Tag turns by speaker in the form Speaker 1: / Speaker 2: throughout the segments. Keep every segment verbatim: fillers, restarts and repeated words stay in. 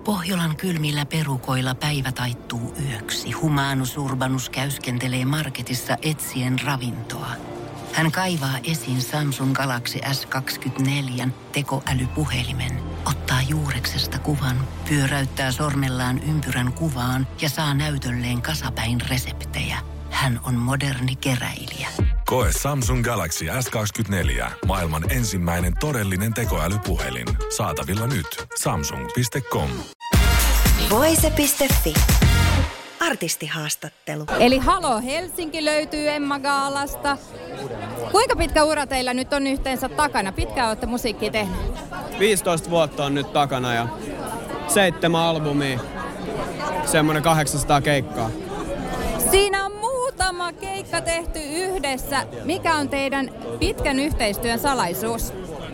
Speaker 1: Pohjolan kylmillä perukoilla päivä taittuu yöksi, Humanus Urbanus käyskentelee marketissa etsien ravintoa. Hän kaivaa esiin Samsung Galaxy S kaksikymmentäneljä tekoälypuhelimen, ottaa juureksesta kuvan, pyöräyttää sormellaan ympyrän kuvaan ja saa näytölleen kasapäin reseptejä. Hän on moderni keräilijä.
Speaker 2: Koe Samsung Galaxy S kaksikymmentäneljä, maailman ensimmäinen todellinen tekoälypuhelin. Saatavilla nyt. samsung piste com.
Speaker 3: Voise piste fi. Artistihaastattelu.
Speaker 4: Eli Halo Helsinki löytyy Emma Gaalasta. Kuinka pitkä ura teillä nyt on yhteensä takana? Pitkään olette musiikkia tehneet?
Speaker 5: viisitoista vuotta on nyt takana ja seitsemän albumia. Semmoinen kahdeksansataa keikkaa.
Speaker 4: Siinä on muutama keikka tehty yhdessä. Mikä on teidän pitkän yhteistyön salaisuus?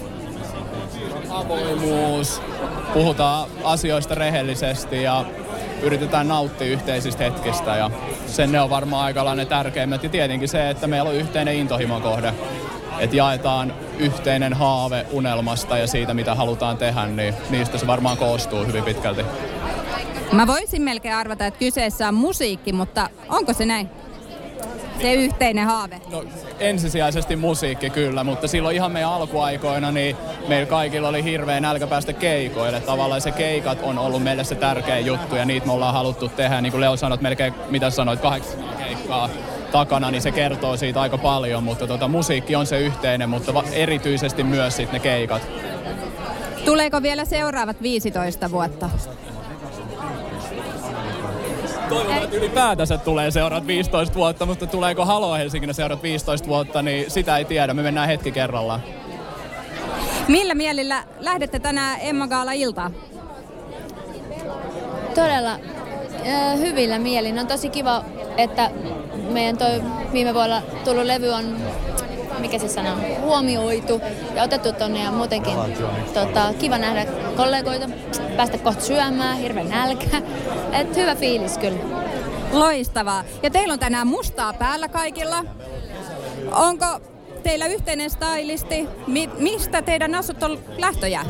Speaker 6: Avoimuus. Puhutaan asioista rehellisesti ja yritetään nauttia yhteisistä hetkistä ja sen ne on varmaan aikalainen tärkeimmät. Ja tietenkin se, että meillä on yhteinen intohimon kohde. Että jaetaan yhteinen haave unelmasta ja siitä, mitä halutaan tehdä, niin niistä se varmaan koostuu hyvin pitkälti.
Speaker 4: Mä voisin melkein arvata, että kyseessä on musiikki, mutta onko se näin? Se yhteinen haave?
Speaker 6: No, ensisijaisesti musiikki kyllä, mutta silloin ihan meidän alkuaikoina niin meillä kaikilla oli hirveä nälkä päästä keikoille. Tavallaan se keikat on ollut meille se tärkeä juttu ja niitä me ollaan haluttu tehdä. Niin kuin Leo sanoi, melkein, mitä sanoit, kahdeksan keikkaa takana, niin se kertoo siitä aika paljon. Mutta tota, musiikki on se yhteinen, mutta va- erityisesti myös sitten ne keikat.
Speaker 4: Tuleeko vielä seuraavat viisitoista vuotta?
Speaker 6: Toivon, että ylipäätänsä tulee seuraavat viisitoista vuotta, mutta tuleeko Halo Helsinginä seuraavat viisitoista vuotta, niin sitä ei tiedä. Me mennään hetki kerrallaan.
Speaker 4: Millä mielillä lähdette tänään Emma Gaala-iltaan?
Speaker 7: Todella äh, hyvillä mielin. On tosi kiva, että meidän toi viime vuonna tullut levy on, mikä se sana, huomioitu ja otettu tonne ja muutenkin tota, kiva nähdä kollegoita, päästä kohta syömään, hirveän nälkä. Et hyvä fiilis kyllä.
Speaker 4: Loistavaa. Ja teillä on tänään mustaa päällä kaikilla. Onko teillä yhteinen stylisti? Mi- mistä teidän asut on lähtöjä?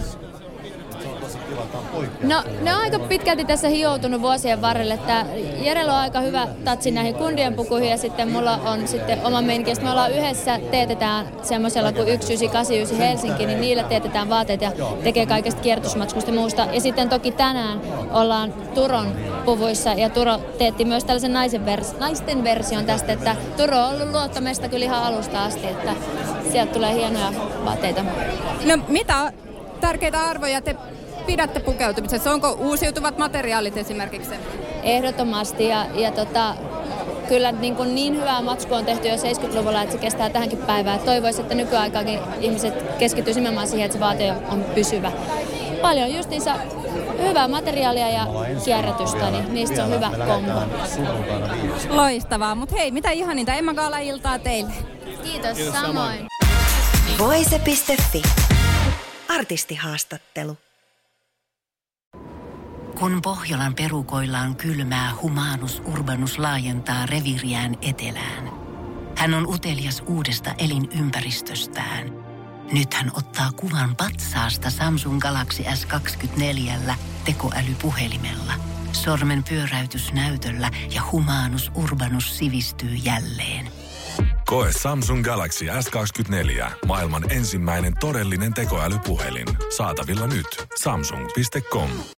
Speaker 7: No, ne on aika pitkälti tässä hioutunut vuosien varrelle, että Jerellä on aika hyvä tatsi näihin kundien pukuihin ja sitten mulla on sitten oma meininki. Me ollaan yhdessä, teetetään semmoisella kuin yksi yhdeksän kahdeksan yhdeksän Helsinki, niin niillä teetetään vaatteet ja tekee kaikesta kierrätysmatskusta ja muusta. Ja sitten toki tänään ollaan Turon puvuissa ja Turo teetti myös tällaisen naisen vers- naisten version tästä, että Turo on ollut luottomesta kyllä ihan alusta asti, että sieltä tulee hienoja vaatteita.
Speaker 4: No mitä tärkeitä arvoja te pidätte pukeutumisessa? Onko uusiutuvat materiaalit esimerkiksi?
Speaker 7: Ehdottomasti ja, ja tota, kyllä niin, kuin niin hyvää matskua on tehty jo seitsemänkymmentäluvulla, että se kestää tähänkin päivään. Toivoisin, että nykyaikaankin ihmiset keskittyisivät nimenomaan siihen, että se vaate on pysyvä. Paljon justiinsa hyvää materiaalia ja kierrätystä, niin niistä on hyvä kombo.
Speaker 4: Loistavaa, mutta hei, mitä ihaninta Emma Gaala-iltaa teille.
Speaker 7: Kiitos, Kiitos samoin.
Speaker 3: Voise piste fi. Artistihaastattelu.
Speaker 1: Kun Pohjolan perukoillaan kylmää, Humanus Urbanus laajentaa reviiriään etelään. Hän on utelias uudesta elinympäristöstään. Nyt hän ottaa kuvan patsaasta Samsung Galaxy S kaksikymmentäneljä tekoälypuhelimella. Sormen pyöräytys näytöllä ja Humanus Urbanus sivistyy jälleen.
Speaker 2: Koe Samsung Galaxy S kaksikymmentäneljä, maailman ensimmäinen todellinen tekoälypuhelin. Saatavilla nyt. samsung piste com.